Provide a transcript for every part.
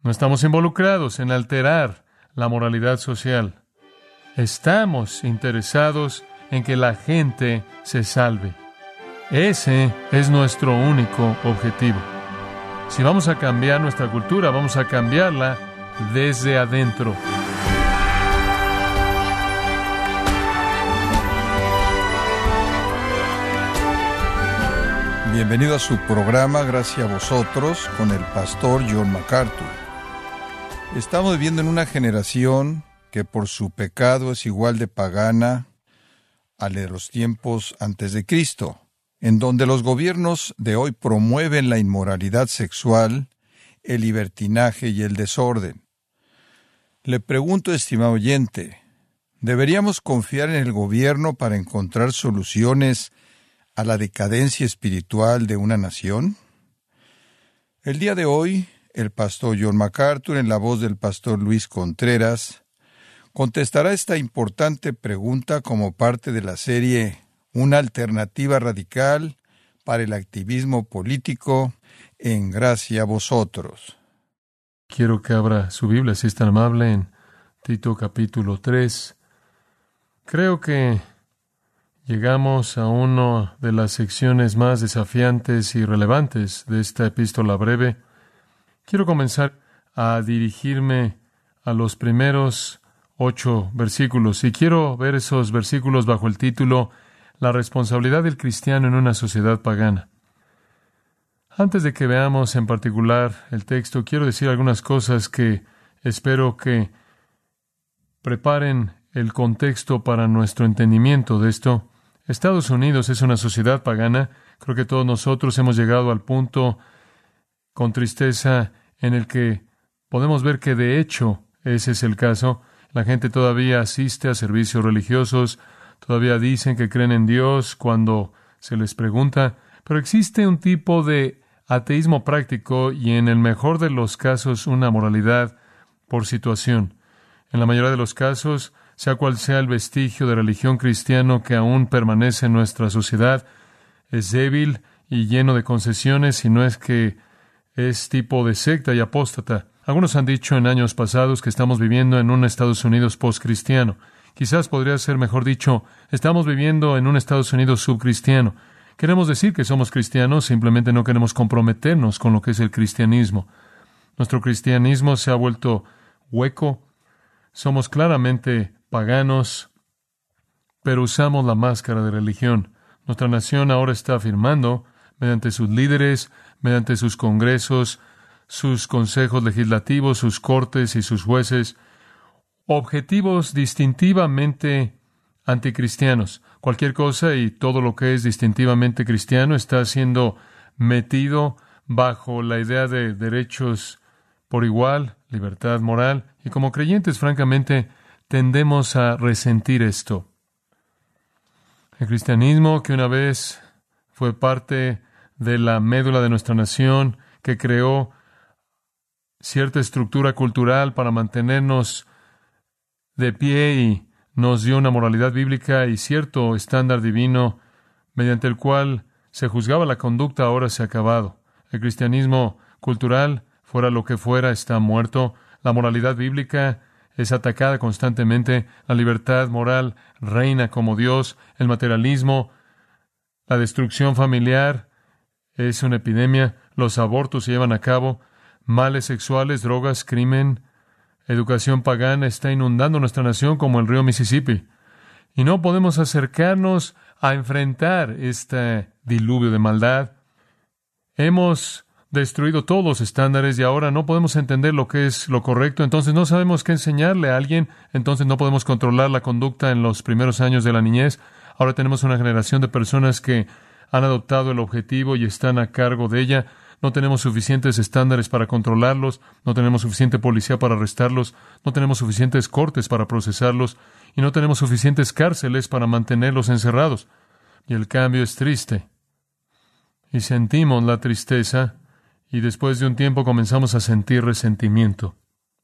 No estamos involucrados en alterar la moralidad social. Estamos interesados en que la gente se salve. Ese es nuestro único objetivo. Si vamos a cambiar nuestra cultura, vamos a cambiarla desde adentro. Bienvenido a su programa Gracias a Vosotros con el pastor John MacArthur. Estamos viviendo en una generación que por su pecado es igual de pagana a la de los tiempos antes de Cristo, en donde los gobiernos de hoy promueven la inmoralidad sexual, el libertinaje y el desorden. Le pregunto, estimado oyente, ¿deberíamos confiar en el gobierno para encontrar soluciones a la decadencia espiritual de una nación? El día de hoy, el pastor John MacArthur, en la voz del pastor Luis Contreras, contestará esta importante pregunta como parte de la serie Una alternativa radical para el activismo político en Gracia a Vosotros. Quiero que abra su Biblia, si es tan amable, en Tito capítulo 3. Creo que llegamos a una de las secciones más desafiantes y relevantes de esta epístola breve. Quiero comenzar a dirigirme a los primeros 8 versículos, y quiero ver esos versículos bajo el título La responsabilidad del cristiano en una sociedad pagana. Antes de que veamos en particular el texto, quiero decir algunas cosas que espero que preparen el contexto para nuestro entendimiento de esto. Estados Unidos es una sociedad pagana. Creo que todos nosotros hemos llegado al punto, con tristeza, en el que podemos ver que de hecho ese es el caso. La gente todavía asiste a servicios religiosos, todavía dicen que creen en Dios cuando se les pregunta, pero existe un tipo de ateísmo práctico y, en el mejor de los casos, una moralidad por situación. En la mayoría de los casos, sea cual sea el vestigio de religión cristiano que aún permanece en nuestra sociedad, es débil y lleno de concesiones, y no es que es tipo de secta y apóstata. Algunos han dicho en años pasados que estamos viviendo en un Estados Unidos postcristiano. Quizás podría ser mejor dicho, estamos viviendo en un Estados Unidos subcristiano. Queremos decir que somos cristianos, simplemente no queremos comprometernos con lo que es el cristianismo. Nuestro cristianismo se ha vuelto hueco. Somos claramente paganos, pero usamos la máscara de religión. Nuestra nación ahora está afirmando, mediante sus líderes, mediante sus congresos, sus consejos legislativos, sus cortes y sus jueces, objetivos distintivamente anticristianos. Cualquier cosa y todo lo que es distintivamente cristiano está siendo metido bajo la idea de derechos por igual, libertad moral, y como creyentes, francamente, tendemos a resentir esto. El cristianismo, que una vez fue parte de la médula de nuestra nación, que creó cierta estructura cultural para mantenernos de pie y nos dio una moralidad bíblica y cierto estándar divino mediante el cual se juzgaba la conducta, ahora se ha acabado. El cristianismo cultural, fuera lo que fuera, está muerto. La moralidad bíblica es atacada constantemente. La libertad moral reina como Dios. El materialismo, la destrucción familiar es una epidemia. Los abortos se llevan a cabo. Males sexuales, drogas, crimen, educación pagana está inundando nuestra nación como el río Mississippi. Y no podemos acercarnos a enfrentar este diluvio de maldad. Hemos destruido todos los estándares y ahora no podemos entender lo que es lo correcto. Entonces no sabemos qué enseñarle a alguien. Entonces no podemos controlar la conducta en los primeros años de la niñez. Ahora tenemos una generación de personas que han adoptado el objetivo y están a cargo de ella. No tenemos suficientes estándares para controlarlos, no tenemos suficiente policía para arrestarlos, no tenemos suficientes cortes para procesarlos y no tenemos suficientes cárceles para mantenerlos encerrados. Y el cambio es triste. Y sentimos la tristeza y después de un tiempo comenzamos a sentir resentimiento.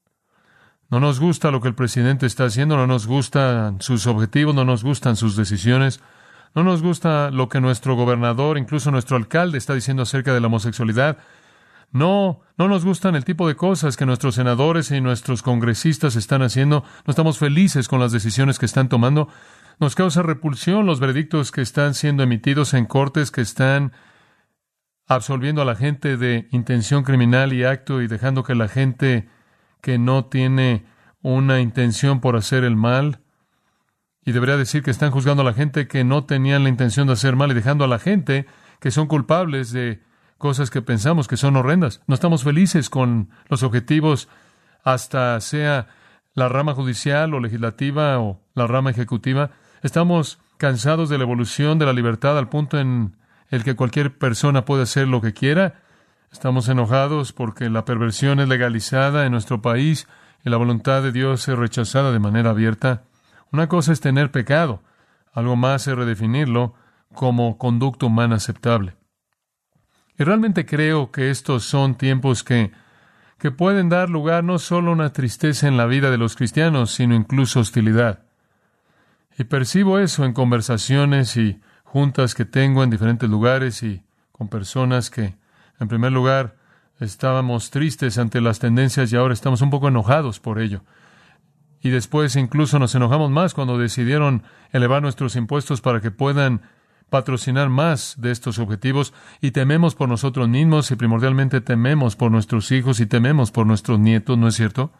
No nos gusta lo que el presidente está haciendo, no nos gustan sus objetivos, no nos gustan sus decisiones. No nos gusta lo que nuestro gobernador, incluso nuestro alcalde, está diciendo acerca de la homosexualidad. No nos gustan el tipo de cosas que nuestros senadores y nuestros congresistas están haciendo. No estamos felices con las decisiones que están tomando. Nos causa repulsión los veredictos que están siendo emitidos en cortes, que están absolviendo a la gente de intención criminal y acto y dejando que la gente que no tiene una intención por hacer el mal, y debería decir que están juzgando a la gente que no tenían la intención de hacer mal y dejando a la gente que son culpables de cosas que pensamos que son horrendas. No estamos felices con los objetivos, hasta sea la rama judicial o legislativa o la rama ejecutiva. Estamos cansados de la evolución de la libertad al punto en el que cualquier persona puede hacer lo que quiera. Estamos enojados porque la perversión es legalizada en nuestro país y la voluntad de Dios es rechazada de manera abierta. Una cosa es tener pecado, algo más es redefinirlo como conducta humana aceptable. Y realmente creo que estos son tiempos que pueden dar lugar no solo a una tristeza en la vida de los cristianos, sino incluso hostilidad. Y percibo eso en conversaciones y juntas que tengo en diferentes lugares y con personas que, en primer lugar, estábamos tristes ante las tendencias y ahora estamos un poco enojados por ello. Y después incluso nos enojamos más cuando decidieron elevar nuestros impuestos para que puedan patrocinar más de estos objetivos, y tememos por nosotros mismos y primordialmente tememos por nuestros hijos y tememos por nuestros nietos, ¿no es cierto?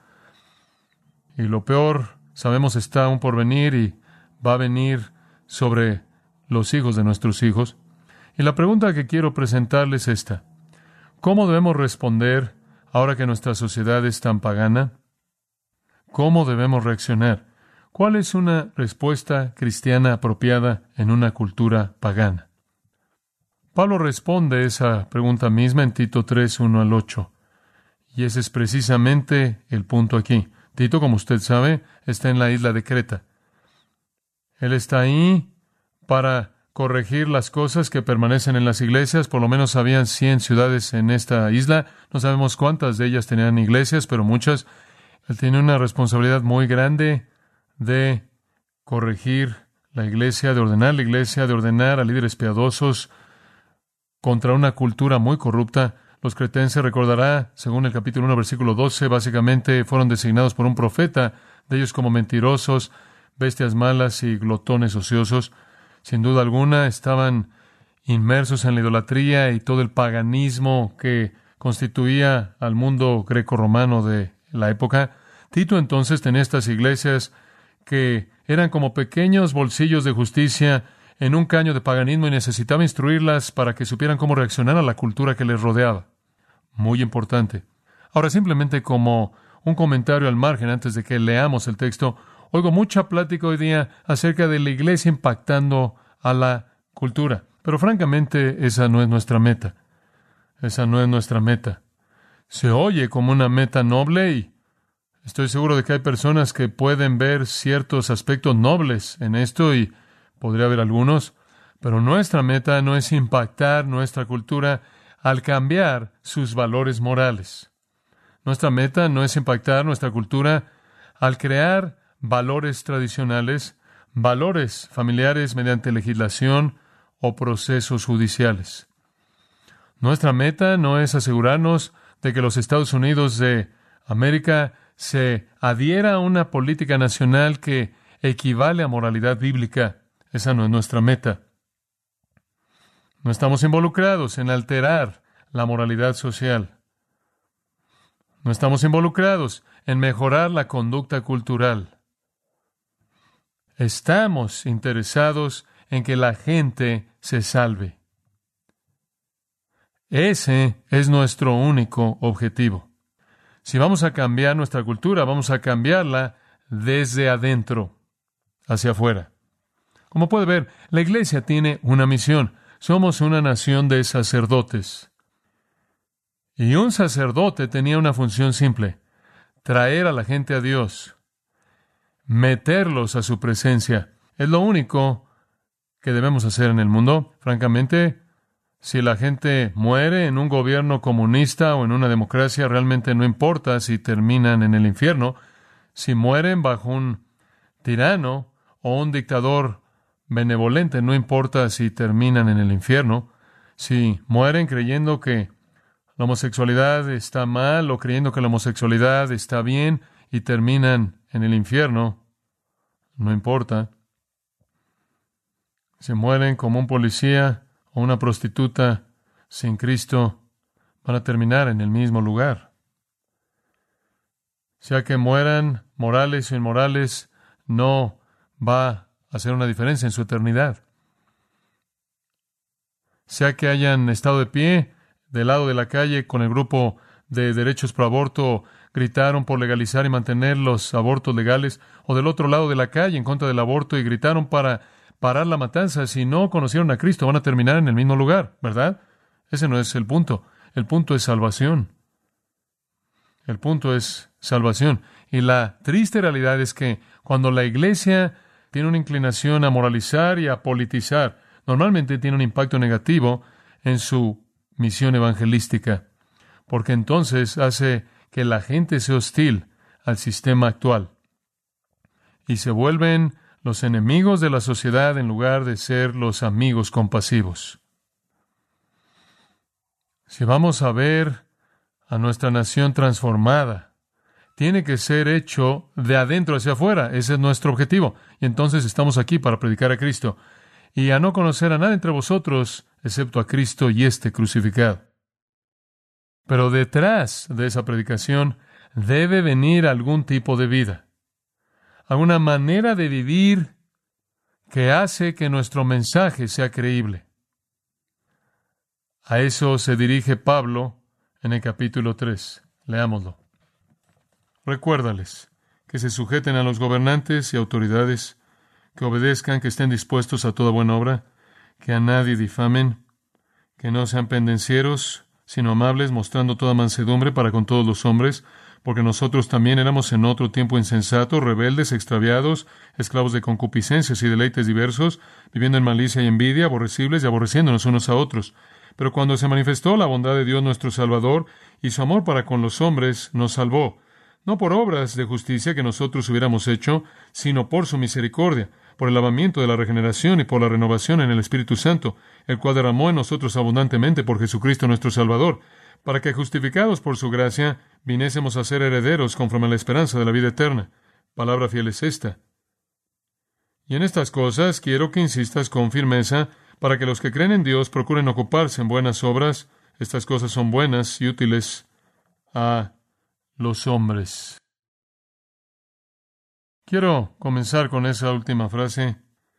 Y lo peor, sabemos, está aún por venir y va a venir sobre los hijos de nuestros hijos. Y la pregunta que quiero presentarles es esta: ¿cómo debemos responder ahora que nuestra sociedad es tan pagana? ¿Cómo debemos reaccionar? ¿Cuál es una respuesta cristiana apropiada en una cultura pagana? Pablo responde esa pregunta misma en Tito 3, 1 al 8. Y ese es precisamente el punto aquí. Tito, como usted sabe, está en la isla de Creta. Él está ahí para corregir las cosas que permanecen en las iglesias. Por lo menos habían 100 ciudades en esta isla. No sabemos cuántas de ellas tenían iglesias, pero muchas. Él tiene una responsabilidad muy grande de corregir la iglesia, de ordenar la iglesia, de ordenar a líderes piadosos contra una cultura muy corrupta. Los cretenses, recordará, según el capítulo 1, versículo 12, básicamente fueron designados por un profeta de ellos como mentirosos, bestias malas y glotones ociosos. Sin duda alguna, estaban inmersos en la idolatría y todo el paganismo que constituía al mundo greco-romano de la época. Tito entonces tenía estas iglesias que eran como pequeños bolsillos de justicia en un caño de paganismo y necesitaba instruirlas para que supieran cómo reaccionar a la cultura que les rodeaba. Muy importante. Ahora, simplemente como un comentario al margen antes de que leamos el texto, oigo mucha plática hoy día acerca de la iglesia impactando a la cultura. Pero francamente, esa no es nuestra meta. Esa no es nuestra meta. Se oye como una meta noble y estoy seguro de que hay personas que pueden ver ciertos aspectos nobles en esto y podría haber algunos, pero nuestra meta no es impactar nuestra cultura al cambiar sus valores morales. Nuestra meta no es impactar nuestra cultura al crear valores tradicionales, valores familiares mediante legislación o procesos judiciales. Nuestra meta no es asegurarnos de que los Estados Unidos de América se adhiera a una política nacional que equivale a moralidad bíblica. Esa no es nuestra meta. No estamos involucrados en alterar la moralidad social. No estamos involucrados en mejorar la conducta cultural. Estamos interesados en que la gente se salve. Ese es nuestro único objetivo. Si vamos a cambiar nuestra cultura, vamos a cambiarla desde adentro hacia afuera. Como puede ver, la iglesia tiene una misión. Somos una nación de sacerdotes. Y un sacerdote tenía una función simple: traer a la gente a Dios, meterlos a su presencia. Es lo único que debemos hacer en el mundo. Francamente, si la gente muere en un gobierno comunista o en una democracia, realmente no importa si terminan en el infierno. Si mueren bajo un tirano o un dictador benevolente, no importa si terminan en el infierno. Si mueren creyendo que la homosexualidad está mal o creyendo que la homosexualidad está bien y terminan en el infierno. No importa. Si mueren como un policía o una prostituta sin Cristo, van a terminar en el mismo lugar. Sea que mueran morales o inmorales, no va a hacer una diferencia en su eternidad. Sea que hayan estado de pie del lado de la calle con el grupo de derechos pro aborto, gritaron por legalizar y mantener los abortos legales, o del otro lado de la calle en contra del aborto y gritaron para parar la matanza, si no conocieron a Cristo, van a terminar en el mismo lugar, ¿verdad? Ese no es el punto. El punto es salvación. El punto es salvación. Y la triste realidad es que cuando la iglesia tiene una inclinación a moralizar y a politizar, normalmente tiene un impacto negativo en su misión evangelística, porque entonces hace que la gente sea hostil al sistema actual y se vuelven los enemigos de la sociedad en lugar de ser los amigos compasivos. Si vamos a ver a nuestra nación transformada, tiene que ser hecho de adentro hacia afuera. Ese es nuestro objetivo. Y entonces estamos aquí para predicar a Cristo y a no conocer a nadie entre vosotros excepto a Cristo y este crucificado. Pero detrás de esa predicación debe venir algún tipo de vida, alguna manera de vivir que hace que nuestro mensaje sea creíble. A eso se dirige Pablo en el capítulo 3. Leámoslo. Recuérdales que se sujeten a los gobernantes y autoridades, que obedezcan, que estén dispuestos a toda buena obra, que a nadie difamen, que no sean pendencieros, sino amables, mostrando toda mansedumbre para con todos los hombres, porque nosotros también éramos en otro tiempo insensatos, rebeldes, extraviados, esclavos de concupiscencias y deleites diversos, viviendo en malicia y envidia, aborrecibles y aborreciéndonos unos a otros. Pero cuando se manifestó la bondad de Dios nuestro Salvador y su amor para con los hombres, nos salvó, no por obras de justicia que nosotros hubiéramos hecho, sino por su misericordia, por el lavamiento de la regeneración y por la renovación en el Espíritu Santo, el cual derramó en nosotros abundantemente por Jesucristo nuestro Salvador, para que, justificados por su gracia, viniésemos a ser herederos conforme a la esperanza de la vida eterna. Palabra fiel es esta. Y en estas cosas quiero que insistas con firmeza, para que los que creen en Dios procuren ocuparse en buenas obras. Estas cosas son buenas y útiles a los hombres. Quiero comenzar con esa última frase.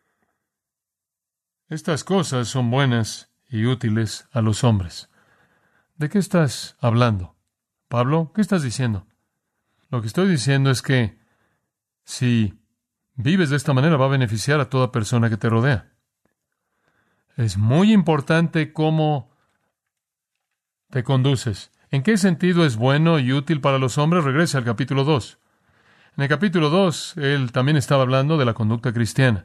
Estas cosas son buenas y útiles a los hombres. ¿De qué estás hablando? Pablo, ¿qué estás diciendo? Lo que estoy diciendo es que si vives de esta manera va a beneficiar a toda persona que te rodea. Es muy importante cómo te conduces. ¿En qué sentido es bueno y útil para los hombres? Regresa al capítulo 2. En el capítulo 2, él también estaba hablando de la conducta cristiana.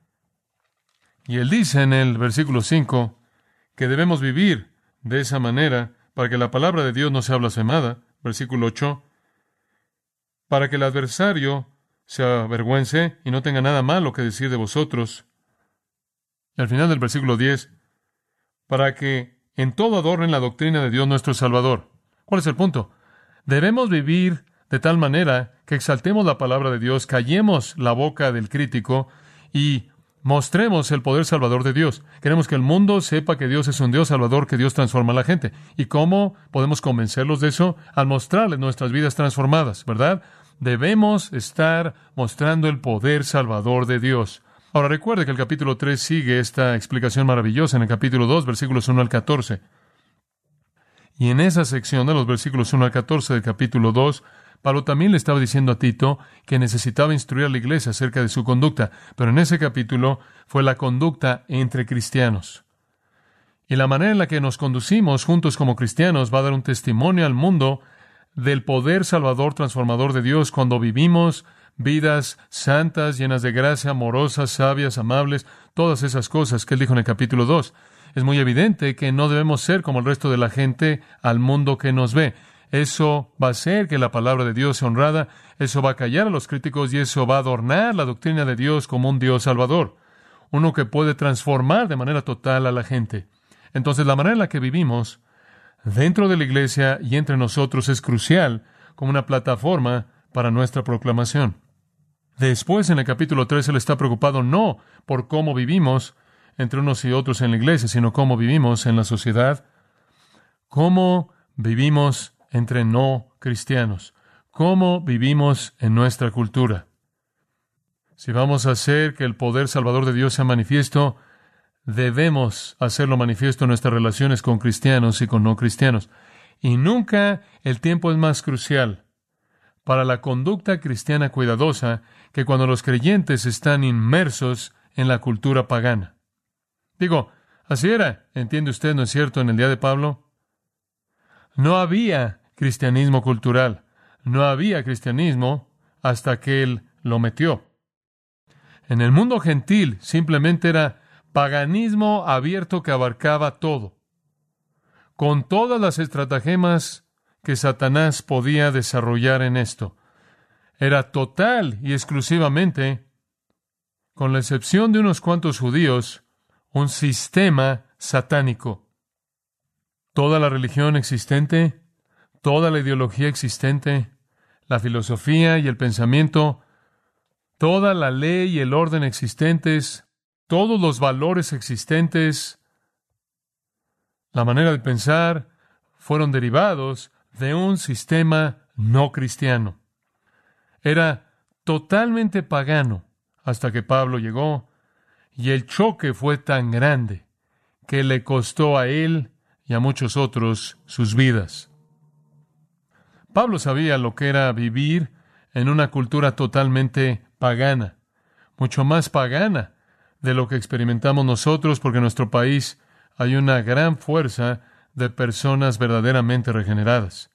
Y él dice en el versículo 5 que debemos vivir de esa manera para que la palabra de Dios no sea blasfemada. Versículo 8. Para que el adversario se avergüence y no tenga nada malo que decir de vosotros. Y al final del versículo 10, para que en todo adornen la doctrina de Dios nuestro Salvador. ¿Cuál es el punto? Debemos vivir de tal manera que exaltemos la palabra de Dios, callemos la boca del crítico y mostremos el poder salvador de Dios. Queremos que el mundo sepa que Dios es un Dios salvador, que Dios transforma a la gente. ¿Y cómo podemos convencerlos de eso? Al mostrarles nuestras vidas transformadas, ¿verdad? Debemos estar mostrando el poder salvador de Dios. Ahora recuerde que el capítulo 3 sigue esta explicación maravillosa en el capítulo 2, versículos 1 al 14. Y en esa sección de los versículos 1 al 14 del capítulo 2, Pablo también le estaba diciendo a Tito que necesitaba instruir a la iglesia acerca de su conducta, pero en ese capítulo fue la conducta entre cristianos. Y la manera en la que nos conducimos juntos como cristianos va a dar un testimonio al mundo del poder salvador transformador de Dios cuando vivimos vidas santas, llenas de gracia, amorosas, sabias, amables, todas esas cosas que él dijo en el capítulo 2. Es muy evidente que no debemos ser como el resto de la gente al mundo que nos ve. Eso va a hacer que la palabra de Dios sea honrada, eso va a callar a los críticos y eso va a adornar la doctrina de Dios como un Dios salvador, uno que puede transformar de manera total a la gente. Entonces, la manera en la que vivimos dentro de la iglesia y entre nosotros es crucial como una plataforma para nuestra proclamación. Después, en el capítulo 3, él está preocupado no por cómo vivimos entre unos y otros en la iglesia, sino cómo vivimos en la sociedad, cómo vivimos entre no cristianos, cómo vivimos en nuestra cultura. Si vamos a hacer que el poder salvador de Dios sea manifiesto, debemos hacerlo manifiesto en nuestras relaciones con cristianos y con no cristianos. Y nunca el tiempo es más crucial para la conducta cristiana cuidadosa que cuando los creyentes están inmersos en la cultura pagana. Digo, así era, ¿entiende usted, no es cierto, en el día de Pablo? No había cristianismo cultural, no había cristianismo hasta que él lo metió. En el mundo gentil simplemente era paganismo abierto que abarcaba todo, con todas las estratagemas que Satanás podía desarrollar en esto. Era total y exclusivamente, con la excepción de unos cuantos judíos, un sistema satánico. Toda la religión existente, toda la ideología existente, la filosofía y el pensamiento, toda la ley y el orden existentes, todos los valores existentes, la manera de pensar, fueron derivados de un sistema no cristiano. Era totalmente pagano hasta que Pablo llegó, y el choque fue tan grande que le costó a él y a muchos otros sus vidas. Pablo sabía lo que era vivir en una cultura totalmente pagana, mucho más pagana de lo que experimentamos nosotros, porque en nuestro país hay una gran fuerza de personas verdaderamente regeneradas.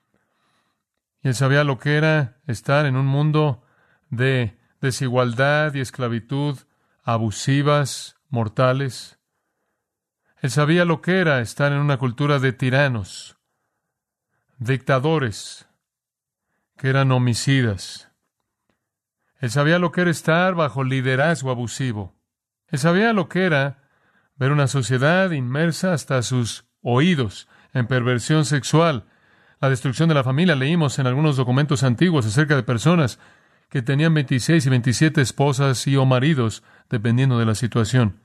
Y él sabía lo que era estar en un mundo de desigualdad y esclavitud abusivas, mortales. Él sabía lo que era estar en una cultura de tiranos, dictadores, que eran homicidas. Él sabía lo que era estar bajo liderazgo abusivo. Él sabía lo que era ver una sociedad inmersa hasta sus oídos en perversión sexual, la destrucción de la familia. Leímos en algunos documentos antiguos acerca de personas que tenían 26 y 27 esposas y o maridos, dependiendo de la situación.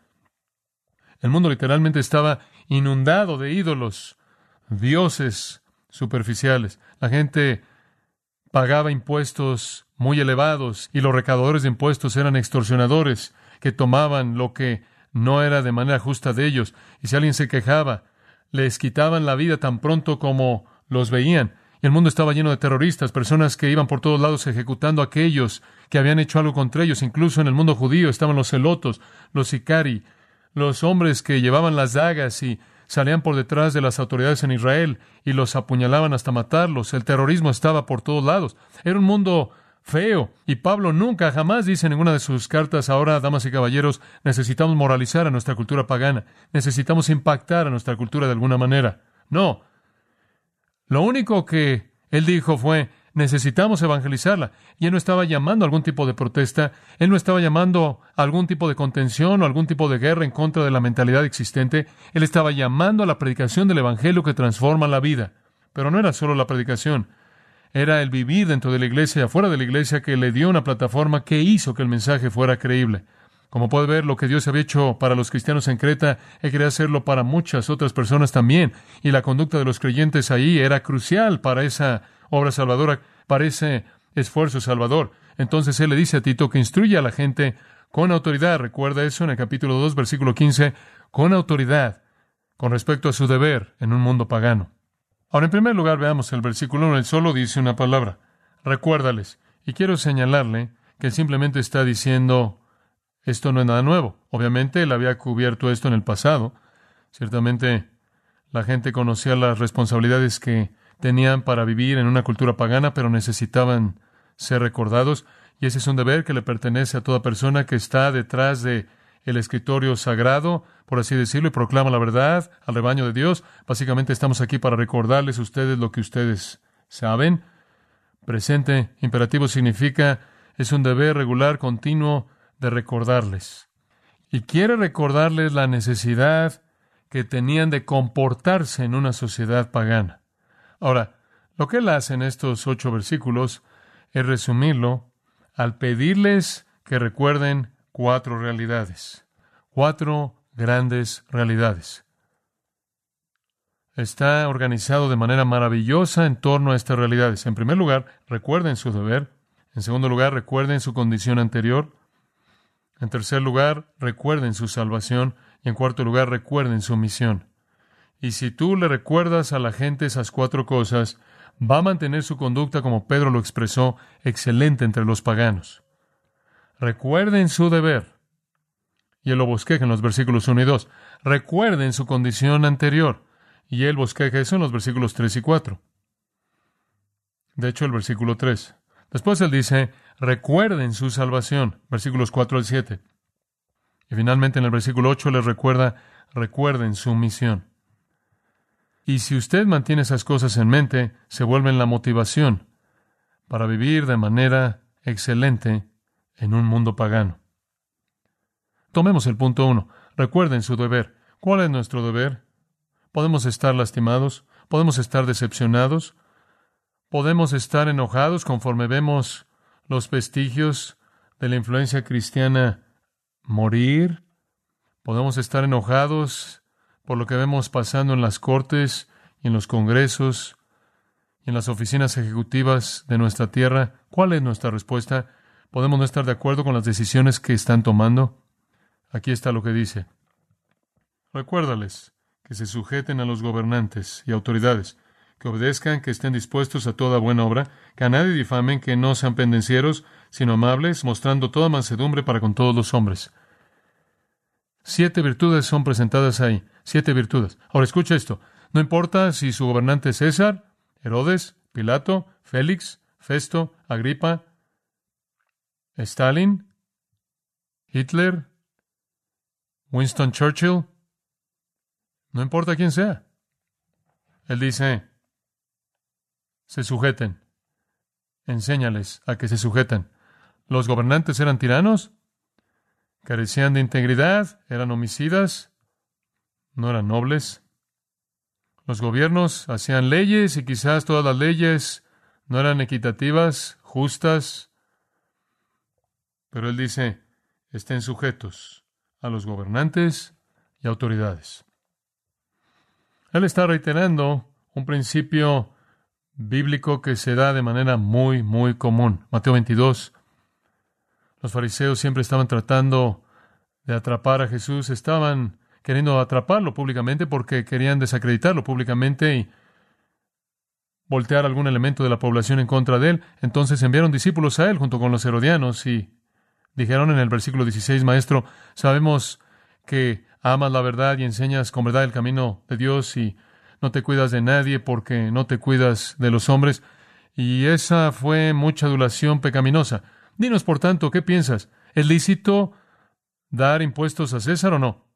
El mundo literalmente estaba inundado de ídolos, dioses superficiales. La gente pagaba impuestos muy elevados y los recaudadores de impuestos eran extorsionadores que tomaban lo que no era de manera justa de ellos. Y si alguien se quejaba, les quitaban la vida tan pronto como los veían. Y el mundo estaba lleno de terroristas, personas que iban por todos lados ejecutando a aquellos que habían hecho algo contra ellos. Incluso en el mundo judío estaban los celotos, los sicari, los hombres que llevaban las dagas y salían por detrás de las autoridades en Israel y los apuñalaban hasta matarlos. El terrorismo estaba por todos lados. Era un mundo feo. Y Pablo nunca, jamás dice en ninguna de sus cartas: ahora, damas y caballeros, necesitamos moralizar a nuestra cultura pagana. Necesitamos impactar a nuestra cultura de alguna manera. No. Lo único que él dijo fue: necesitamos evangelizarla. Y él no estaba llamando a algún tipo de protesta. Él no estaba llamando a algún tipo de contención o algún tipo de guerra en contra de la mentalidad existente. Él estaba llamando a la predicación del evangelio que transforma la vida. Pero no era solo la predicación. Era el vivir dentro de la iglesia y afuera de la iglesia que le dio una plataforma que hizo que el mensaje fuera creíble. Como puede ver, lo que Dios había hecho para los cristianos en Creta, Él quería hacerlo para muchas otras personas también. Y la conducta de los creyentes ahí era crucial para esa obra salvadora, para ese esfuerzo salvador. Entonces Él le dice a Tito que instruya a la gente con autoridad. Recuerda eso en el capítulo 2, versículo 15, con autoridad, con respecto a su deber en un mundo pagano. Ahora, en primer lugar, veamos el versículo 1. Él solo dice una palabra: recuérdales. Y quiero señalarle que Él simplemente está diciendo: esto no es nada nuevo. Obviamente, Él había cubierto esto en el pasado. Ciertamente, la gente conocía las responsabilidades que tenían para vivir en una cultura pagana, pero necesitaban ser recordados. Y ese es un deber que le pertenece a toda persona que está detrás de el escritorio sagrado, por así decirlo, y proclama la verdad al rebaño de Dios. Básicamente estamos aquí para recordarles a ustedes lo que ustedes saben. Presente imperativo significa es un deber regular, continuo, de recordarles. Y quiere recordarles la necesidad que tenían de comportarse en una sociedad pagana. Ahora, lo que él hace en estos 8 versículos es resumirlo al pedirles que recuerden 4 realidades, 4 grandes realidades. Está organizado de manera maravillosa en torno a estas realidades. En primer lugar, recuerden su deber. En segundo lugar, recuerden su condición anterior. En tercer lugar, recuerden su salvación. Y en cuarto lugar, recuerden su misión. Y si tú le recuerdas a la gente esas 4 cosas, va a mantener su conducta, como Pedro lo expresó, excelente entre los paganos. Recuerden su deber. Y él lo bosqueja en los versículos 1 y 2. Recuerden su condición anterior. Y él bosqueja eso en los versículos 3 y 4. De hecho, el versículo 3. Después él dice, recuerden su salvación. Versículos 4 al 7. Y finalmente en el versículo 8 les recuerda, recuerden su misión. Y si usted mantiene esas cosas en mente, se vuelven la motivación para vivir de manera excelente en un mundo pagano. Tomemos el punto 1. Recuerden su deber. ¿Cuál es nuestro deber? Podemos estar lastimados, podemos estar decepcionados, podemos estar enojados conforme vemos los vestigios de la influencia cristiana morir. Podemos estar enojados por lo que vemos pasando en las cortes y en los congresos y en las oficinas ejecutivas de nuestra tierra. ¿Cuál es nuestra respuesta? ¿Podemos no estar de acuerdo con las decisiones que están tomando? Aquí está lo que dice. Recuérdales que se sujeten a los gobernantes y autoridades, que obedezcan, que estén dispuestos a toda buena obra, que a nadie difamen, que no sean pendencieros, sino amables, mostrando toda mansedumbre para con todos los hombres. 7 virtudes son presentadas ahí. 7 virtudes. Ahora escucha esto. No importa si su gobernante es César, Herodes, Pilato, Félix, Festo, Agripa, Stalin, Hitler, Winston Churchill. No importa quién sea. Él dice, se sujeten. Enséñales a que se sujeten. ¿Los gobernantes eran tiranos? ¿Carecían de integridad? ¿Eran homicidas? ¿No eran nobles? Los gobiernos hacían leyes y quizás todas las leyes no eran equitativas, justas. Pero él dice, estén sujetos a los gobernantes y autoridades. Él está reiterando un principio bíblico que se da de manera muy, muy común. Mateo 22. Los fariseos siempre estaban tratando de atrapar a Jesús. Estaban queriendo atraparlo públicamente porque querían desacreditarlo públicamente y voltear algún elemento de la población en contra de él. Entonces enviaron discípulos a él junto con los herodianos y dijeron en el versículo 16, Maestro, sabemos que amas la verdad y enseñas con verdad el camino de Dios y no te cuidas de nadie porque no te cuidas de los hombres. Y esa fue mucha adulación pecaminosa. Dinos, por tanto, ¿qué piensas? ¿Es lícito dar impuestos a César o no?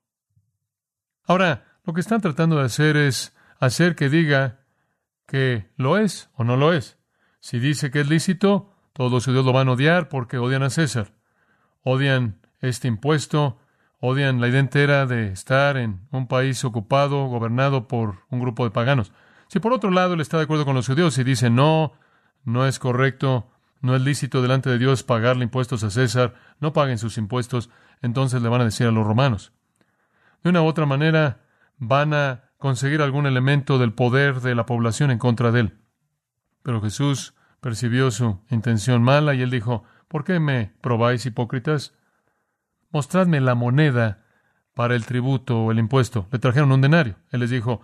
Ahora, lo que están tratando de hacer es hacer que diga que lo es o no lo es. Si dice que es lícito, todos los judíos lo van a odiar porque odian a César. Odian este impuesto, odian la idea entera de estar en un país ocupado, gobernado por un grupo de paganos. Si por otro lado él está de acuerdo con los judíos y dice no, no es correcto, no es lícito delante de Dios pagarle impuestos a César, no paguen sus impuestos, entonces le van a decir a los romanos. De una u otra manera van a conseguir algún elemento del poder de la población en contra de él. Pero Jesús percibió su intención mala y él dijo, ¿por qué me probáis, hipócritas? Mostradme la moneda para el tributo o el impuesto. Le trajeron un denario. Él les dijo,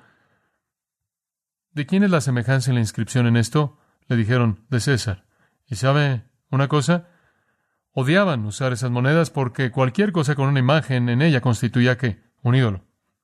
¿de quién es la semejanza en la inscripción en esto? Le dijeron, de César. ¿Y sabe una cosa? Odiaban usar esas monedas porque cualquier cosa con una imagen en ella constituía, ¿qué? Un ídolo.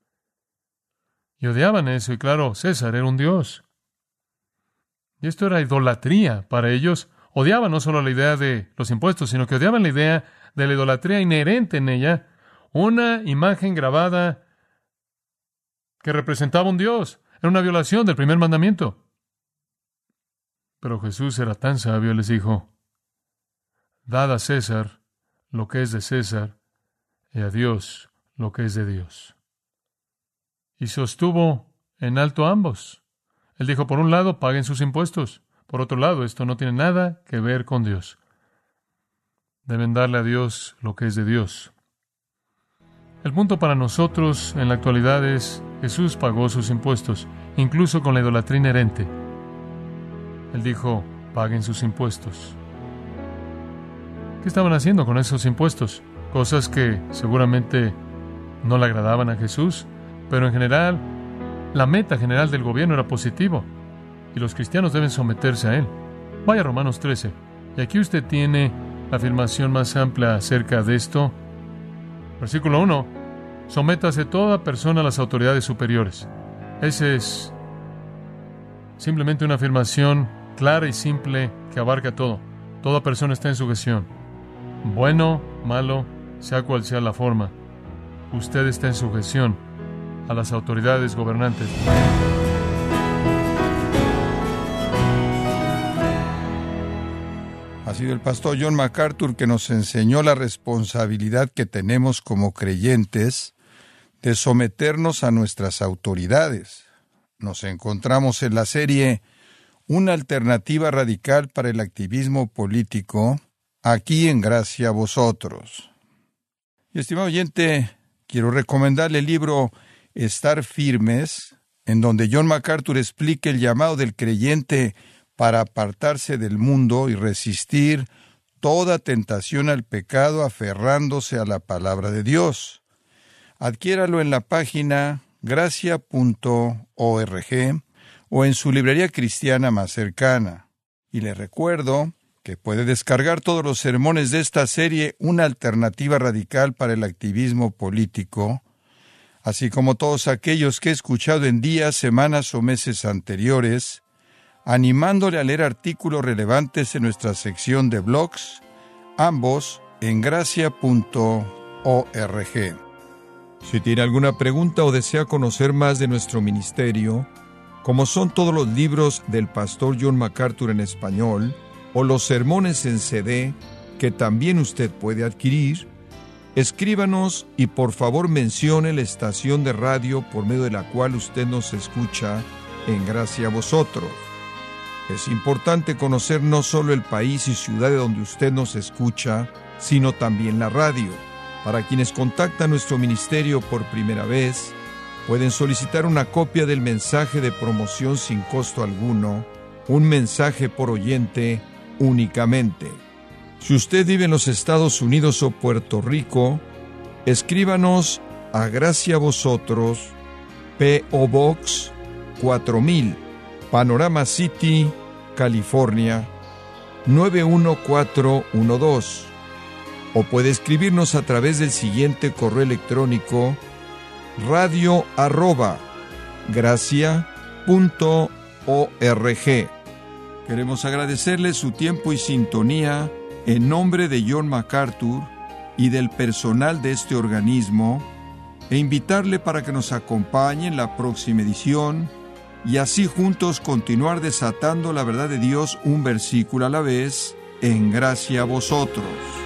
Y odiaban eso, y claro, César era un dios. Y esto era idolatría para ellos. Odiaban no solo la idea de los impuestos, sino que odiaban la idea de la idolatría inherente en ella, una imagen grabada que representaba un dios. Era una violación del primer mandamiento. Pero Jesús era tan sabio, les dijo, dad a César lo que es de César y a Dios lo que es de Dios. y sostuvo en alto ambos. Él dijo, por un lado, paguen sus impuestos. Por otro lado, esto no tiene nada que ver con Dios. Deben darle a Dios lo que es de Dios. El punto para nosotros en la actualidad es, Jesús pagó sus impuestos, incluso con la idolatría inherente. Él dijo, paguen sus impuestos. ¿Qué estaban haciendo con esos impuestos? Cosas que seguramente no le agradaban a Jesús, pero en general, la meta general del gobierno era positivo, y los cristianos deben someterse a él. Vaya a Romanos 13, y aquí usted tiene la afirmación más amplia acerca de esto. Versículo 1, sométase toda persona a las autoridades superiores. Esa es simplemente una afirmación clara y simple que abarca todo. Toda persona está en sujeción. Bueno, malo, sea cual sea la forma. Usted está en sujeción a las autoridades gobernantes. Ha sido el pastor John MacArthur que nos enseñó la responsabilidad que tenemos como creyentes de someternos a nuestras autoridades. Nos encontramos en la serie Una alternativa radical para el activismo político, aquí en Gracia a Vosotros. Y estimado oyente, quiero recomendarle el libro Estar Firmes, en donde John MacArthur explica el llamado del creyente para apartarse del mundo y resistir toda tentación al pecado aferrándose a la palabra de Dios. Adquiéralo en la página gracia.org o en su librería cristiana más cercana. Y le recuerdo que puede descargar todos los sermones de esta serie Una alternativa radical para el activismo político, así como todos aquellos que he escuchado en días, semanas o meses anteriores, animándole a leer artículos relevantes en nuestra sección de blogs, ambos en gracia.org. Si tiene alguna pregunta o desea conocer más de nuestro ministerio, como son todos los libros del pastor John MacArthur en español, o los sermones en CD, que también usted puede adquirir, escríbanos y por favor mencione la estación de radio por medio de la cual usted nos escucha en Gracia a Vosotros. Es importante conocer no solo el país y ciudad de donde usted nos escucha, sino también la radio. Para quienes contactan nuestro ministerio por primera vez, pueden solicitar una copia del mensaje de promoción sin costo alguno, un mensaje por oyente únicamente. Si usted vive en los Estados Unidos o Puerto Rico, escríbanos a Gracia a Vosotros, P.O. Box 4000, Panorama City, California, 91412. O puede escribirnos a través del siguiente correo electrónico: radio@gracia.org. Queremos agradecerle su tiempo y sintonía en nombre de John MacArthur y del personal de este organismo, e invitarle para que nos acompañe en la próxima edición y así juntos continuar desatando la verdad de Dios un versículo a la vez en Gracia a Vosotros.